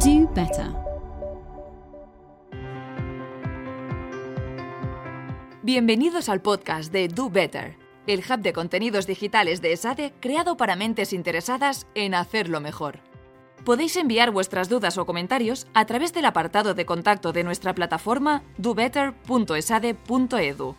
Do better. Bienvenidos al podcast de Do Better, el hub de contenidos digitales de ESADE creado para mentes interesadas en hacerlo mejor. Podéis enviar vuestras dudas o comentarios a través del apartado de contacto de nuestra plataforma dobetter.esade.edu.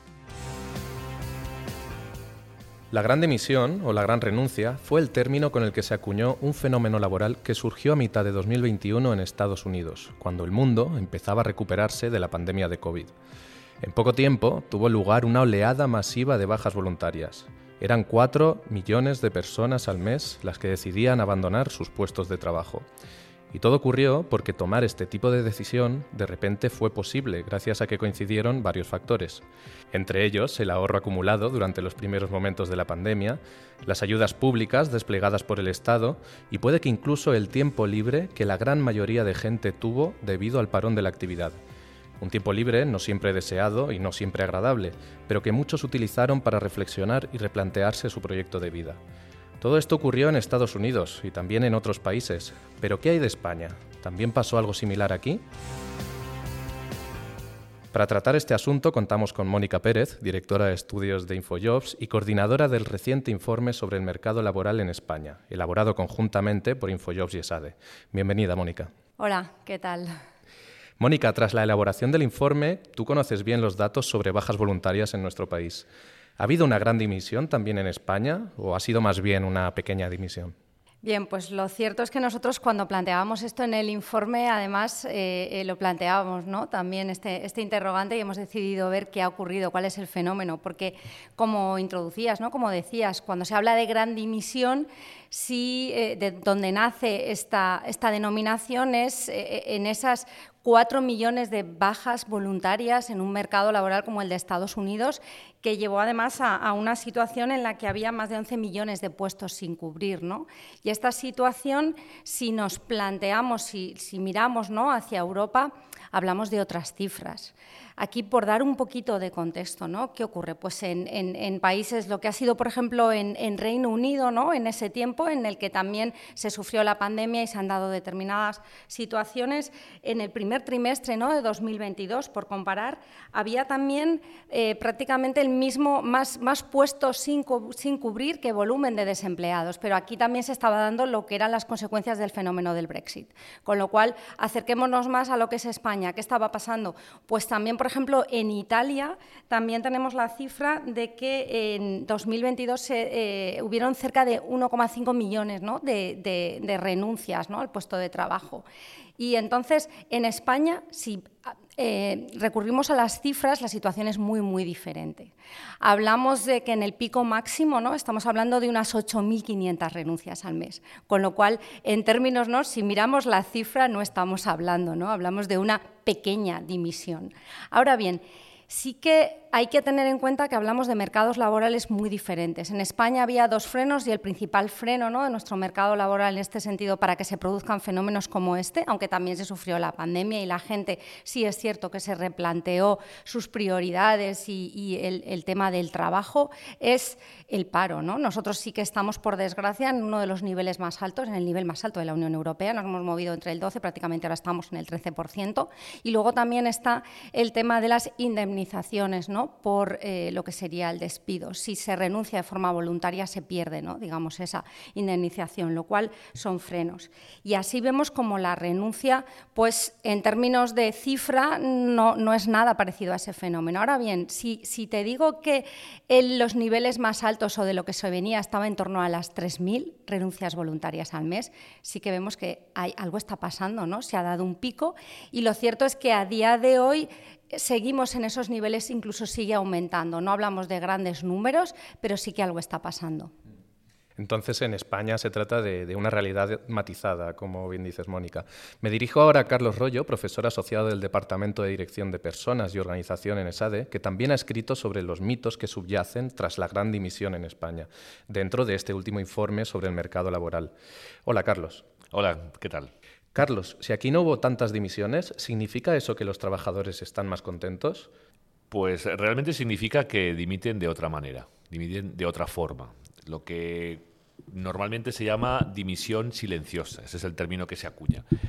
La gran dimisión o la gran renuncia fue el término con el que se acuñó un fenómeno laboral que surgió a mitad de 2021 en Estados Unidos, cuando el mundo empezaba a recuperarse de la pandemia de COVID. En poco tiempo tuvo lugar una oleada masiva de bajas voluntarias. Eran 4 millones de personas al mes las que decidían abandonar sus puestos de trabajo. Y todo ocurrió porque tomar este tipo de decisión de repente fue posible gracias a que coincidieron varios factores. Entre ellos, el ahorro acumulado durante los primeros momentos de la pandemia, las ayudas públicas desplegadas por el Estado y puede que incluso el tiempo libre que la gran mayoría de gente tuvo debido al parón de la actividad. Un tiempo libre no siempre deseado y no siempre agradable, pero que muchos utilizaron para reflexionar y replantearse su proyecto de vida. Todo esto ocurrió en Estados Unidos y también en otros países. ¿Pero qué hay de España? ¿También pasó algo similar aquí? Para tratar este asunto contamos con Mónica Pérez, directora de estudios de InfoJobs y coordinadora del reciente informe sobre el mercado laboral en España, elaborado conjuntamente por InfoJobs y ESADE. Bienvenida, Mónica. Hola, ¿qué tal? Mónica, tras la elaboración del informe, tú conoces bien los datos sobre bajas voluntarias en nuestro país. ¿Ha habido una gran dimisión también en España o ha sido más bien una pequeña dimisión? Bien, pues lo cierto es que nosotros cuando planteábamos esto en el informe, además lo planteábamos, ¿no? También este interrogante y hemos decidido ver qué ha ocurrido, cuál es el fenómeno, porque como introducías, ¿no? Como decías, cuando se habla de gran dimisión, sí, de donde nace esta denominación es en esas 4 millones de bajas voluntarias en un mercado laboral como el de Estados Unidos, que llevó además a una situación en la que había más de 11 millones de puestos sin cubrir, ¿no? Y esta situación, si nos planteamos, si miramos, ¿no?, hacia Europa, hablamos de otras cifras. Aquí, por dar un poquito de contexto, ¿no? ¿Qué ocurre? Pues en países, lo que ha sido, por ejemplo, en Reino Unido, ¿no?, en ese tiempo en el que también se sufrió la pandemia y se han dado determinadas situaciones, en el primer trimestre, ¿no?, de 2022, por comparar, había también prácticamente el mismo, más puestos sin cubrir que volumen de desempleados, pero aquí también se estaba dando lo que eran las consecuencias del fenómeno del Brexit. Con lo cual, acerquémonos más a lo que es España. ¿Qué estaba pasando? Pues también, por ejemplo, en Italia también tenemos la cifra de que en 2022 hubieron cerca de 1,5 millones, ¿no?, de renuncias, ¿no?, al puesto de trabajo. Y entonces, en España, si recurrimos a las cifras, la situación es muy, muy diferente. Hablamos de que en el pico máximo, ¿no?, estamos hablando de unas 8.500 renuncias al mes, con lo cual, en términos, ¿no?, si miramos la cifra, no estamos hablando, ¿no?, hablamos de una pequeña dimisión. Ahora bien, sí que hay que tener en cuenta que hablamos de mercados laborales muy diferentes. En España había 2 frenos y el principal freno, ¿no?, de nuestro mercado laboral en este sentido para que se produzcan fenómenos como este, aunque también se sufrió la pandemia y la gente sí es cierto que se replanteó sus prioridades y el tema del trabajo, es el paro, ¿no? Nosotros sí que estamos, por desgracia, en uno de los niveles más altos, en el nivel más alto de la Unión Europea. Nos hemos movido entre el 12%, prácticamente ahora estamos en el 13%. Y luego también está el tema de las indemnizaciones, ¿no?, por lo que sería el despido. Si se renuncia de forma voluntaria, se pierde, ¿no?, digamos, esa indemnización, lo cual son frenos. Y así vemos como la renuncia, pues en términos de cifra, no es nada parecido a ese fenómeno. Ahora bien, si te digo que en los niveles más altos o de lo que se venía estaba en torno a las 3.000 renuncias voluntarias al mes, sí que vemos que algo está pasando, ¿no? Se ha dado un pico y lo cierto es que a día de hoy seguimos en esos niveles, incluso sigue aumentando. No hablamos de grandes números, pero sí que algo está pasando. Entonces, en España se trata de una realidad matizada, como bien dices, Mónica. Me dirijo ahora a Carlos Rollo, profesor asociado del Departamento de Dirección de Personas y Organización en ESADE, que también ha escrito sobre los mitos que subyacen tras la gran dimisión en España, dentro de este último informe sobre el mercado laboral. Hola, Carlos. Hola, ¿qué tal? Carlos, si aquí no hubo tantas dimisiones, ¿significa eso que los trabajadores están más contentos? Pues realmente significa que dimiten de otra manera, dimiten de otra forma. Lo que normalmente se llama dimisión silenciosa, ese es el término que se acuña.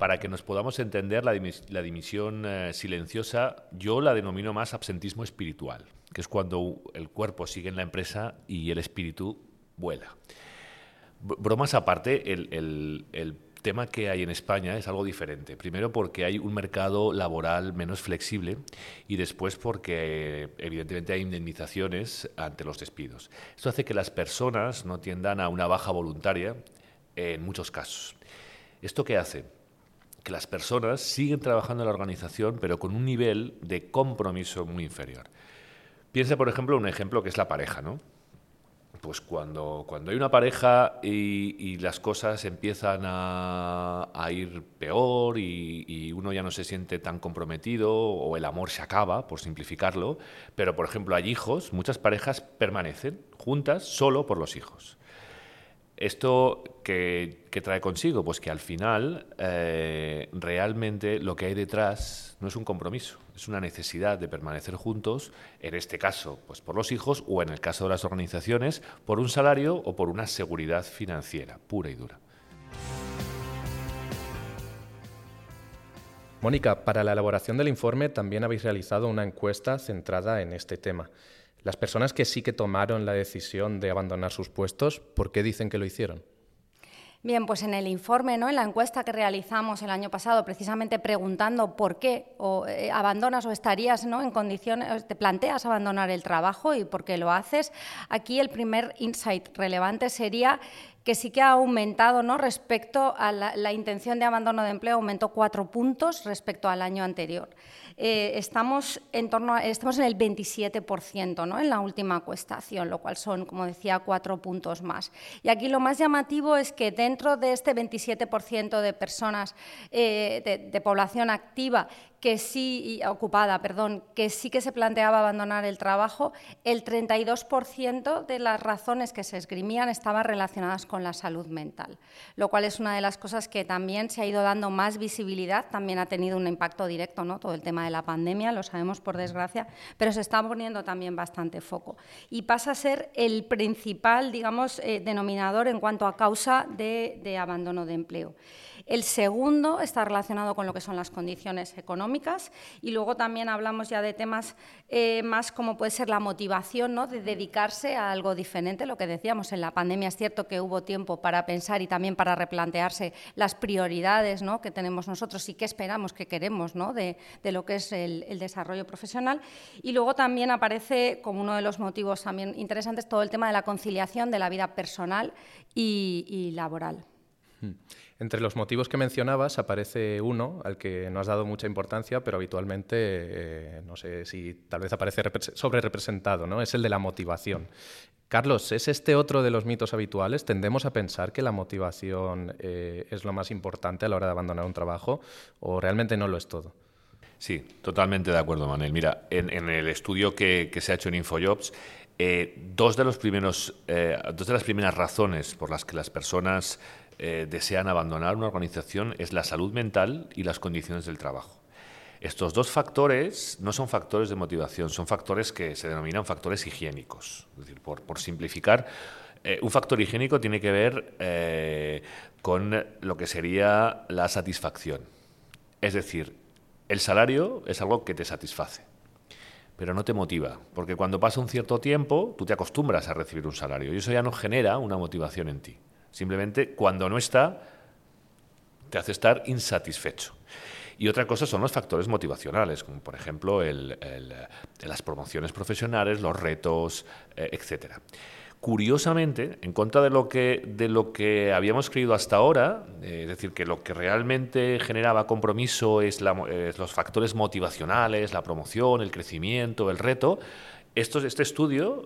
Para que nos podamos entender, la dimisión silenciosa yo la denomino más absentismo espiritual, que es cuando el cuerpo sigue en la empresa y el espíritu vuela. Bromas aparte, el tema que hay en España es algo diferente. Primero porque hay un mercado laboral menos flexible y después porque evidentemente hay indemnizaciones ante los despidos. Esto hace que las personas no tiendan a una baja voluntaria en muchos casos. ¿Esto qué hace? Que las personas siguen trabajando en la organización pero con un nivel de compromiso muy inferior. Piensa, por ejemplo, un ejemplo que es la pareja, ¿no? Pues cuando hay una pareja y las cosas empiezan a ir peor y uno ya no se siente tan comprometido o el amor se acaba, por simplificarlo, pero, por ejemplo, hay hijos, muchas parejas permanecen juntas solo por los hijos. ¿Esto qué trae consigo? Pues que al final realmente lo que hay detrás no es un compromiso, es una necesidad de permanecer juntos, en este caso pues por los hijos o en el caso de las organizaciones por un salario o por una seguridad financiera pura y dura. Mónica, para la elaboración del informe también habéis realizado una encuesta centrada en este tema. Las personas que sí que tomaron la decisión de abandonar sus puestos, ¿por qué dicen que lo hicieron? Bien, pues en el informe, ¿no?, en la encuesta que realizamos el año pasado, precisamente preguntando por qué abandonas o estarías, ¿no?, en condiciones, te planteas abandonar el trabajo y por qué lo haces, aquí el primer insight relevante sería que sí que ha aumentado, ¿no?, respecto a la intención de abandono de empleo, aumentó 4 puntos respecto al año anterior. Estamos en el 27%, ¿no?, en la última encuestación, lo cual son, como decía, 4 puntos más. Y aquí lo más llamativo es que dentro de este 27% de personas, de población activa, que sí que se planteaba abandonar el trabajo, el 32% de las razones que se esgrimían estaban relacionadas con la salud mental, lo cual es una de las cosas que también se ha ido dando más visibilidad, también ha tenido un impacto directo, ¿no?, todo el tema de la pandemia, lo sabemos por desgracia, pero se está poniendo también bastante foco. Y pasa a ser el principal, digamos, denominador en cuanto a causa de abandono de empleo. El segundo está relacionado con lo que son las condiciones económicas y luego también hablamos ya de temas más como puede ser la motivación, ¿no?, de dedicarse a algo diferente. Lo que decíamos, en la pandemia es cierto que hubo tiempo para pensar y también para replantearse las prioridades, ¿no?, que tenemos nosotros y qué esperamos, qué queremos, ¿no?, de lo que es el desarrollo profesional. Y luego también aparece como uno de los motivos también interesantes todo el tema de la conciliación de la vida personal y laboral. Entre los motivos que mencionabas aparece uno al que no has dado mucha importancia, pero habitualmente, no sé si tal vez aparece sobrerepresentado, ¿no? Es el de la motivación. Carlos, ¿es este otro de los mitos habituales? ¿Tendemos a pensar que la motivación es lo más importante a la hora de abandonar un trabajo o realmente no lo es todo? Sí, totalmente de acuerdo, Manel. Mira, en el estudio que se ha hecho en InfoJobs, dos de las primeras razones por las que las personas desean abandonar una organización es la salud mental y las condiciones del trabajo. Estos dos factores no son factores de motivación, son factores que se denominan factores higiénicos. Es decir, por simplificar, un factor higiénico tiene que ver con lo que sería la satisfacción. Es decir, el salario es algo que te satisface, pero no te motiva, porque cuando pasa un cierto tiempo tú te acostumbras a recibir un salario y eso ya no genera una motivación en ti. Simplemente cuando no está, te hace estar insatisfecho. Y otra cosa son los factores motivacionales, como por ejemplo las promociones profesionales, los retos, etcétera. Curiosamente, en contra de lo que habíamos creído hasta ahora, es decir, que lo que realmente generaba compromiso es los factores motivacionales, la promoción, el crecimiento, el reto, este estudio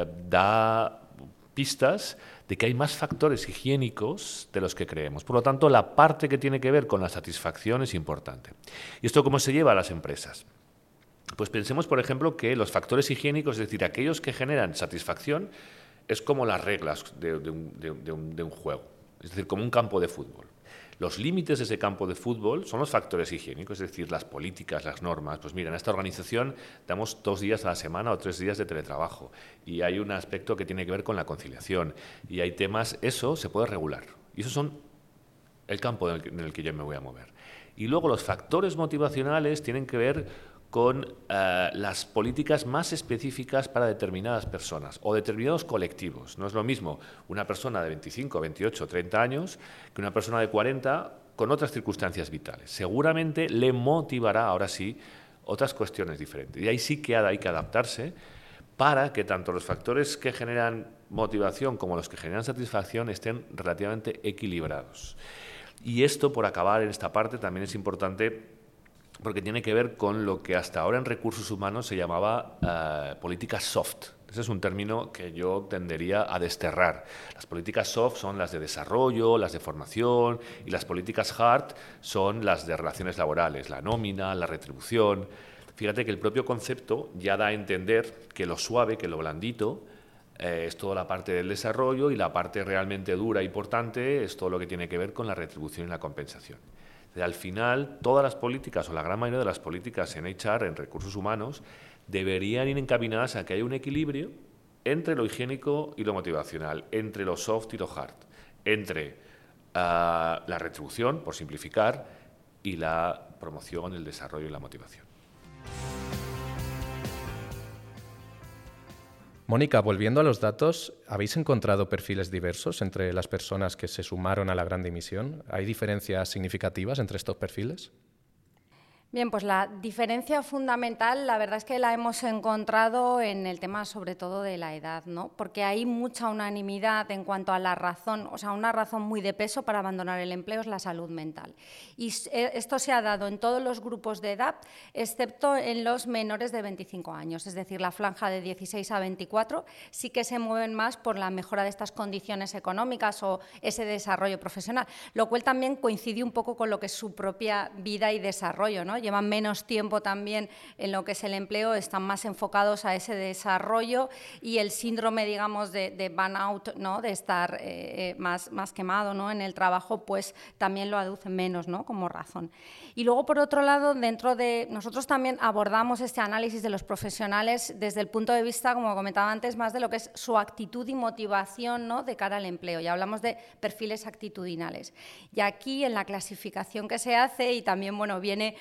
da pistas de que hay más factores higiénicos de los que creemos. Por lo tanto, la parte que tiene que ver con la satisfacción es importante. ¿Y esto cómo se lleva a las empresas? Pues pensemos, por ejemplo, que los factores higiénicos, es decir, aquellos que generan satisfacción, es como las reglas de un juego, es decir, como un campo de fútbol. Los límites de ese campo de fútbol son los factores higiénicos, es decir, las políticas, las normas. Pues mira, en esta organización damos 2 días a la semana o 3 días de teletrabajo y hay un aspecto que tiene que ver con la conciliación y hay temas, eso se puede regular. Y esos son el campo en el que yo me voy a mover. Y luego los factores motivacionales tienen que ver con las políticas más específicas para determinadas personas o determinados colectivos. No es lo mismo una persona de 25, 28, 30 años que una persona de 40 con otras circunstancias vitales. Seguramente le motivará, ahora sí, otras cuestiones diferentes. Y ahí sí que hay que adaptarse para que tanto los factores que generan motivación como los que generan satisfacción estén relativamente equilibrados. Y esto, por acabar en esta parte, también es importante porque tiene que ver con lo que hasta ahora en recursos humanos se llamaba política soft. Ese es un término que yo tendería a desterrar. Las políticas soft son las de desarrollo, las de formación, y las políticas hard son las de relaciones laborales, la nómina, la retribución. Fíjate que el propio concepto ya da a entender que lo suave, que lo blandito, es toda la parte del desarrollo, y la parte realmente dura e importante es todo lo que tiene que ver con la retribución y la compensación. Al final, todas las políticas, o la gran mayoría de las políticas en HR, en recursos humanos, deberían ir encaminadas a que haya un equilibrio entre lo higiénico y lo motivacional, entre lo soft y lo hard, entre la retribución, por simplificar, y la promoción, el desarrollo y la motivación. Mónica, volviendo a los datos, ¿habéis encontrado perfiles diversos entre las personas que se sumaron a la Gran Dimisión? ¿Hay diferencias significativas entre estos perfiles? Bien, pues la diferencia fundamental, la verdad es que la hemos encontrado en el tema sobre todo de la edad, ¿no? Porque hay mucha unanimidad en cuanto a la razón, o sea, una razón muy de peso para abandonar el empleo es la salud mental. Y esto se ha dado en todos los grupos de edad, excepto en los menores de 25 años, es decir, la franja de 16 a 24 sí que se mueven más por la mejora de estas condiciones económicas o ese desarrollo profesional, lo cual también coincide un poco con lo que es su propia vida y desarrollo, ¿no? Llevan menos tiempo también en lo que es el empleo, están más enfocados a ese desarrollo, y el síndrome, digamos, de burnout, ¿no? De estar más quemado, ¿no? En el trabajo, pues también lo aducen menos, ¿no? Como razón. Y luego, por otro lado, nosotros también abordamos este análisis de los profesionales desde el punto de vista, como comentaba antes, más de lo que es su actitud y motivación, ¿no? De cara al empleo. Ya hablamos de perfiles actitudinales. Y aquí, en la clasificación que se hace, y también, bueno, viene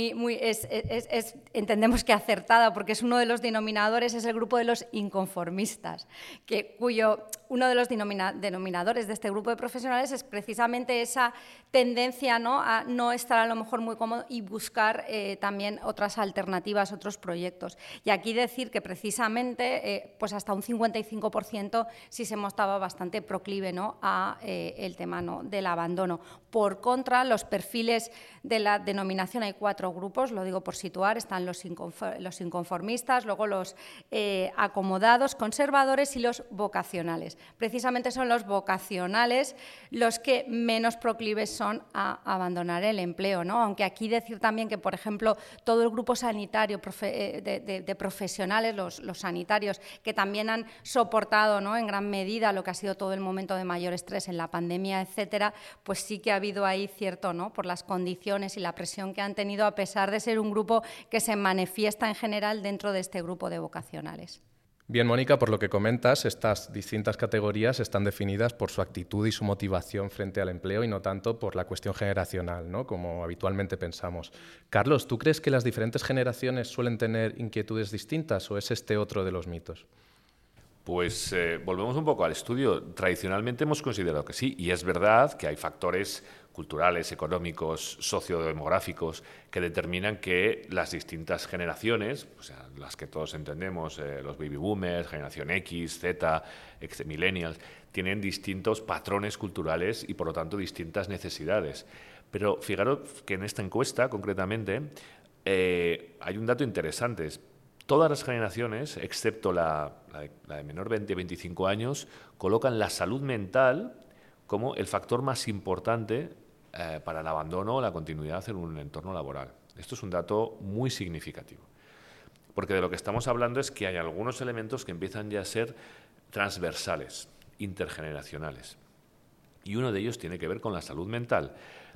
entendemos que acertada, porque es uno de los denominadores, es el grupo de los inconformistas, uno de los denominadores de este grupo de profesionales es precisamente esa tendencia, ¿no? A no estar a lo mejor muy cómodo y buscar también otras alternativas, otros proyectos. Y aquí decir que precisamente pues hasta un 55% sí se mostraba bastante proclive, ¿no? A el tema, ¿no? Del abandono. Por contra, los perfiles de la denominación, hay 4 grupos, lo digo por situar, están los inconformistas, luego los acomodados, conservadores y los vocacionales. Precisamente son los vocacionales los que menos proclives son a abandonar el empleo, ¿no? Aunque aquí decir también que, por ejemplo, todo el grupo sanitario de profesionales, los sanitarios, que también han soportado, ¿no? En gran medida lo que ha sido todo el momento de mayor estrés en la pandemia, etcétera, pues sí que ha habido ahí cierto, ¿no? Por las condiciones y la presión que han tenido, a pesar de ser un grupo que se manifiesta en general dentro de este grupo de vocacionales. Bien, Mónica, por lo que comentas, estas distintas categorías están definidas por su actitud y su motivación frente al empleo y no tanto por la cuestión generacional, ¿no? Como habitualmente pensamos. Carlos, ¿tú crees que las diferentes generaciones suelen tener inquietudes distintas o es este otro de los mitos? Pues volvemos un poco al estudio. Tradicionalmente hemos considerado que sí, y es verdad que hay factores culturales, económicos, sociodemográficos que determinan que las distintas generaciones, o sea, las que todos entendemos, los baby boomers, generación X, Z, millennials, tienen distintos patrones culturales y por lo tanto distintas necesidades. Pero fijaros que en esta encuesta concretamente hay un dato interesante. Todas las generaciones, excepto la de menor de 25 años, colocan la salud mental como el factor más importante para el abandono o la continuidad en un entorno laboral. Esto es un dato muy significativo, porque de lo que estamos hablando es que hay algunos elementos que empiezan ya a ser transversales, intergeneracionales, y uno de ellos tiene que ver con la salud mental.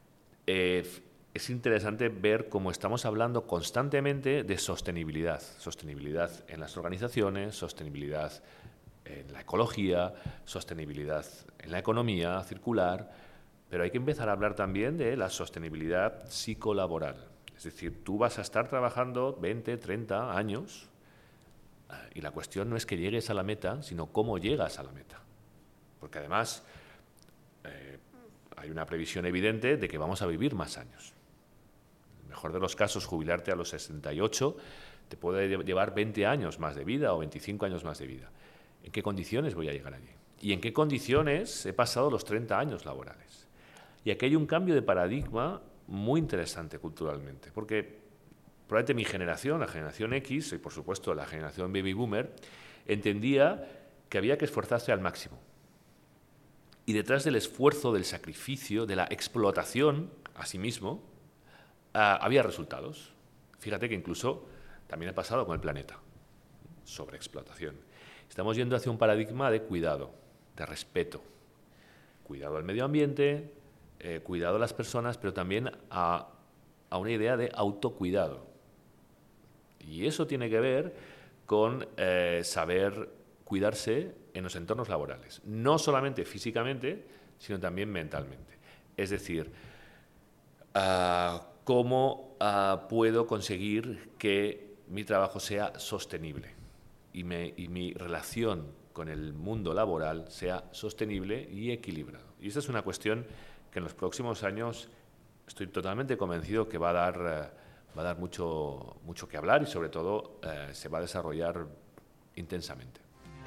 Es interesante ver cómo estamos hablando constantemente de sostenibilidad. Sostenibilidad en las organizaciones, sostenibilidad en la ecología, sostenibilidad en la economía circular. pero hay que empezar a hablar también de la sostenibilidad psicolaboral. Es decir, tú vas a estar trabajando 20, 30 años y la cuestión no es que llegues a la meta, sino cómo llegas a la meta. Porque además hay una previsión evidente de que vamos a vivir más años. En el mejor de los casos, jubilarte a los 68 te puede llevar 20 años más de vida o 25 años más de vida. ¿En qué condiciones voy a llegar allí? ¿Y en qué condiciones he pasado los 30 años laborales? Y aquí hay un cambio de paradigma muy interesante culturalmente, porque probablemente mi generación, la generación X, y por supuesto la generación Baby Boomer, entendía que había que esforzarse al máximo. Y detrás del esfuerzo, del sacrificio, de la explotación a sí mismo, había resultados. Fíjate que incluso también ha pasado con el planeta, sobreexplotación. Estamos yendo hacia un paradigma de cuidado, de respeto, cuidado al medio ambiente, cuidado a las personas, pero también a una idea de autocuidado. Y eso tiene que ver con saber cuidarse en los entornos laborales, no solamente físicamente, sino también mentalmente. Es decir, cómo puedo conseguir que mi trabajo sea sostenible y mi relación con el mundo laboral sea sostenible y equilibrado. Y esta es una cuestión que en los próximos años estoy totalmente convencido que va a dar mucho que hablar y sobre todo se va a desarrollar intensamente.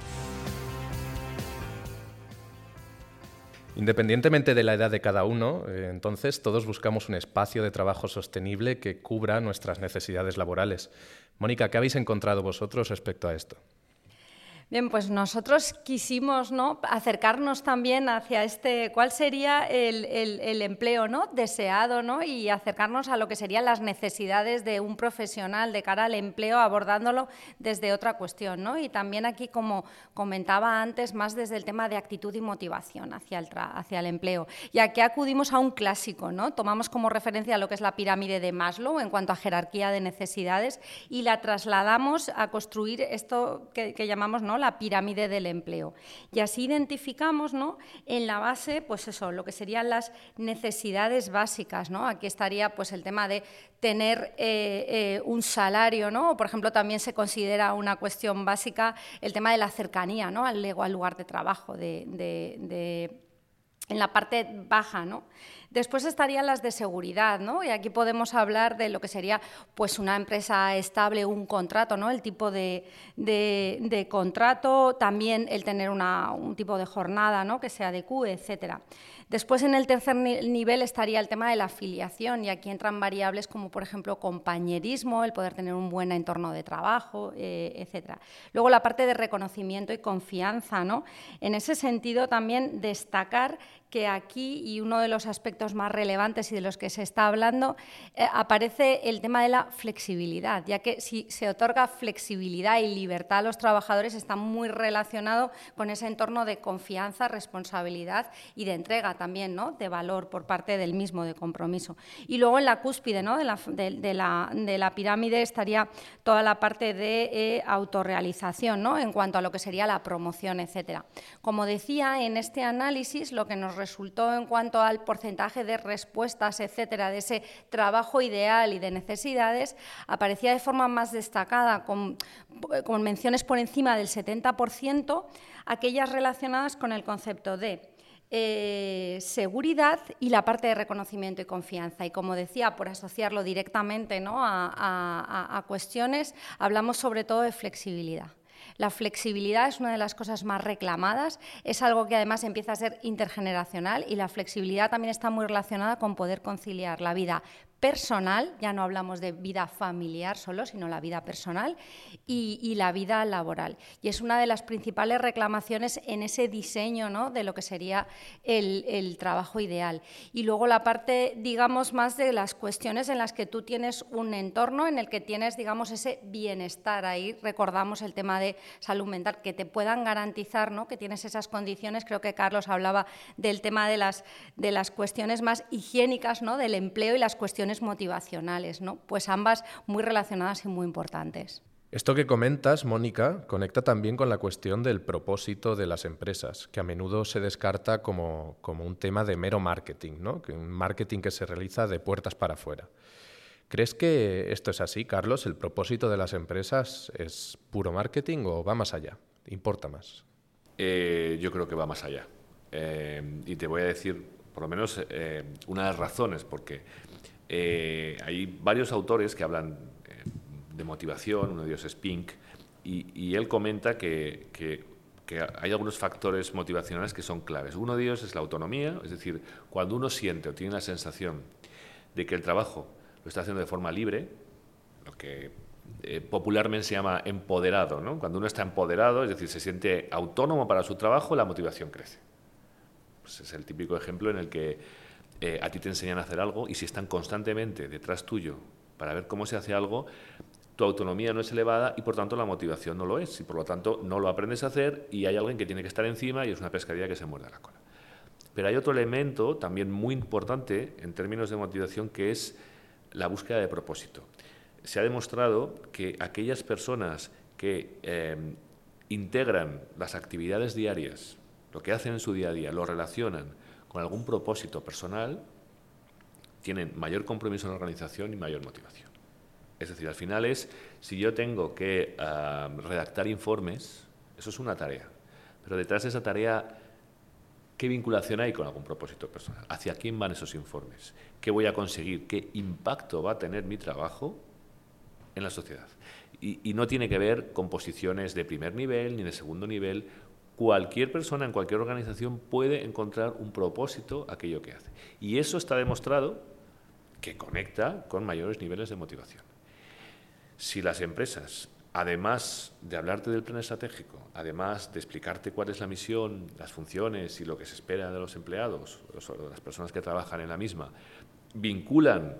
Independientemente de la edad de cada uno, entonces todos buscamos un espacio de trabajo sostenible que cubra nuestras necesidades laborales. Mónica, ¿qué habéis encontrado vosotros respecto a esto? Bien, pues nosotros quisimos, ¿no?, acercarnos también hacia cuál sería el empleo, ¿no?, deseado, ¿no?, y acercarnos a lo que serían las necesidades de un profesional de cara al empleo, abordándolo desde otra cuestión, ¿no? Y también aquí, como comentaba antes, más desde el tema de actitud y motivación hacia el empleo. Y aquí acudimos a un clásico, ¿no? Tomamos como referencia lo que es la pirámide de Maslow en cuanto a jerarquía de necesidades y la trasladamos a construir esto que llamamos, ¿no?, la pirámide del empleo. Y así identificamos, ¿no?, en la base, pues eso, lo que serían las necesidades básicas, ¿no? Aquí estaría pues el tema de tener un salario, ¿no? O, por ejemplo, también se considera una cuestión básica el tema de la cercanía, ¿no?, al lugar de trabajo, en la parte baja, ¿no? Después estarían las de seguridad, ¿no? Y aquí podemos hablar de lo que sería pues una empresa estable, un contrato, ¿no?, el tipo de contrato, también el tener un tipo de jornada, ¿no?, que se adecúe, etcétera. Después, en el tercer nivel, estaría el tema de la afiliación, y aquí entran variables como, por ejemplo, compañerismo, el poder tener un buen entorno de trabajo, etcétera. Luego, la parte de reconocimiento y confianza, ¿no? En ese sentido, también destacar que aquí, y uno de los aspectos más relevantes y de los que se está hablando, aparece el tema de la flexibilidad, ya que si se otorga flexibilidad y libertad a los trabajadores, está muy relacionado con ese entorno de confianza, responsabilidad y de entrega también, ¿no?, de valor por parte del mismo, de compromiso. Y luego en la cúspide, ¿no?, de la pirámide estaría toda la parte de autorrealización, ¿no?, en cuanto a lo que sería la promoción, etcétera. Como decía, en este análisis lo que nos resultó en cuanto al porcentaje de respuestas, etcétera, de ese trabajo ideal y de necesidades, aparecía de forma más destacada, con menciones por encima del 70%, aquellas relacionadas con el concepto de seguridad y la parte de reconocimiento y confianza. Y como decía, por asociarlo directamente, ¿no?, a cuestiones, hablamos sobre todo de flexibilidad. La flexibilidad es una de las cosas más reclamadas, es algo que además empieza a ser intergeneracional, y la flexibilidad también está muy relacionada con poder conciliar la vida personal, ya no hablamos de vida familiar solo, sino la vida personal y la vida laboral. Y es una de las principales reclamaciones en ese diseño, ¿no?, de lo que sería el trabajo ideal. Y luego la parte, digamos, más de las cuestiones en las que tú tienes un entorno en el que tienes, digamos, ese bienestar. Ahí recordamos el tema de salud mental, que te puedan garantizar, ¿no?, que tienes esas condiciones. Creo que Carlos hablaba del tema de las cuestiones más higiénicas, ¿no?, del empleo, y las cuestiones motivacionales, ¿no? Pues ambas muy relacionadas y muy importantes. Esto que comentas, Mónica, conecta también con la cuestión del propósito de las empresas, que a menudo se descarta como un tema de mero marketing, ¿no? Un marketing que se realiza de puertas para afuera. ¿Crees que esto es así, Carlos? ¿El propósito de las empresas es puro marketing o va más allá? ¿Importa más? Yo creo que va más allá. Y te voy a decir, por lo menos, una de las razones, porque hay varios autores que hablan de motivación, uno de ellos es Pink, y él comenta que hay algunos factores motivacionales que son claves. Uno de ellos es la autonomía, es decir, cuando uno siente o tiene la sensación de que el trabajo lo está haciendo de forma libre, lo que popularmente se llama empoderado, ¿no? Cuando uno está empoderado, es decir, se siente autónomo para su trabajo, la motivación crece. Pues es el típico ejemplo en el que a ti te enseñan a hacer algo y si están constantemente detrás tuyo para ver cómo se hace algo, tu autonomía no es elevada y por tanto la motivación no lo es y por lo tanto no lo aprendes a hacer y hay alguien que tiene que estar encima y es una pescadilla que se muerde la cola. Pero hay otro elemento también muy importante en términos de motivación que es la búsqueda de propósito. Se ha demostrado que aquellas personas que integran las actividades diarias, lo que hacen en su día a día, lo relacionan con algún propósito personal, tienen mayor compromiso en la organización y mayor motivación. Es decir, al final si yo tengo que redactar informes, eso es una tarea, pero detrás de esa tarea, ¿qué vinculación hay con algún propósito personal? ¿Hacia quién van esos informes? ¿Qué voy a conseguir? ¿Qué impacto va a tener mi trabajo en la sociedad? Y no tiene que ver con posiciones de primer nivel ni de segundo nivel. Cualquier persona en cualquier organización puede encontrar un propósito a aquello que hace. Y eso está demostrado que conecta con mayores niveles de motivación. Si las empresas, además de hablarte del plan estratégico, además de explicarte cuál es la misión, las funciones y lo que se espera de los empleados, o de las personas que trabajan en la misma, vinculan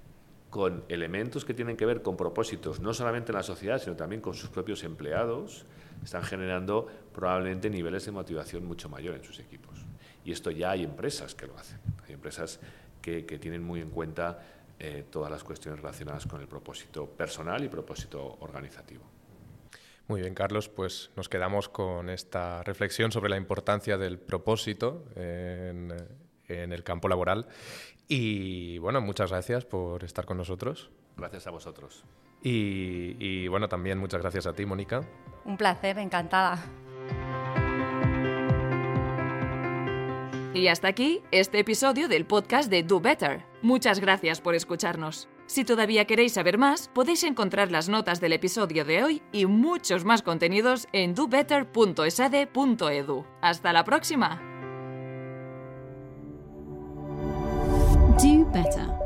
con elementos que tienen que ver con propósitos, no solamente en la sociedad, sino también con sus propios empleados, están generando probablemente niveles de motivación mucho mayor en sus equipos. Y esto ya hay empresas que lo hacen. Hay empresas que tienen muy en cuenta todas las cuestiones relacionadas con el propósito personal y propósito organizativo. Muy bien, Carlos, pues nos quedamos con esta reflexión sobre la importancia del propósito en el campo laboral. Y bueno, muchas gracias por estar con nosotros. Gracias a vosotros. Y bueno, también muchas gracias a ti, Mónica. Un placer, encantada. Y hasta aquí este episodio del podcast de Do Better. Muchas gracias por escucharnos. Si todavía queréis saber más, podéis encontrar las notas del episodio de hoy y muchos más contenidos en dobetter.esade.edu. ¡Hasta la próxima! Do Better.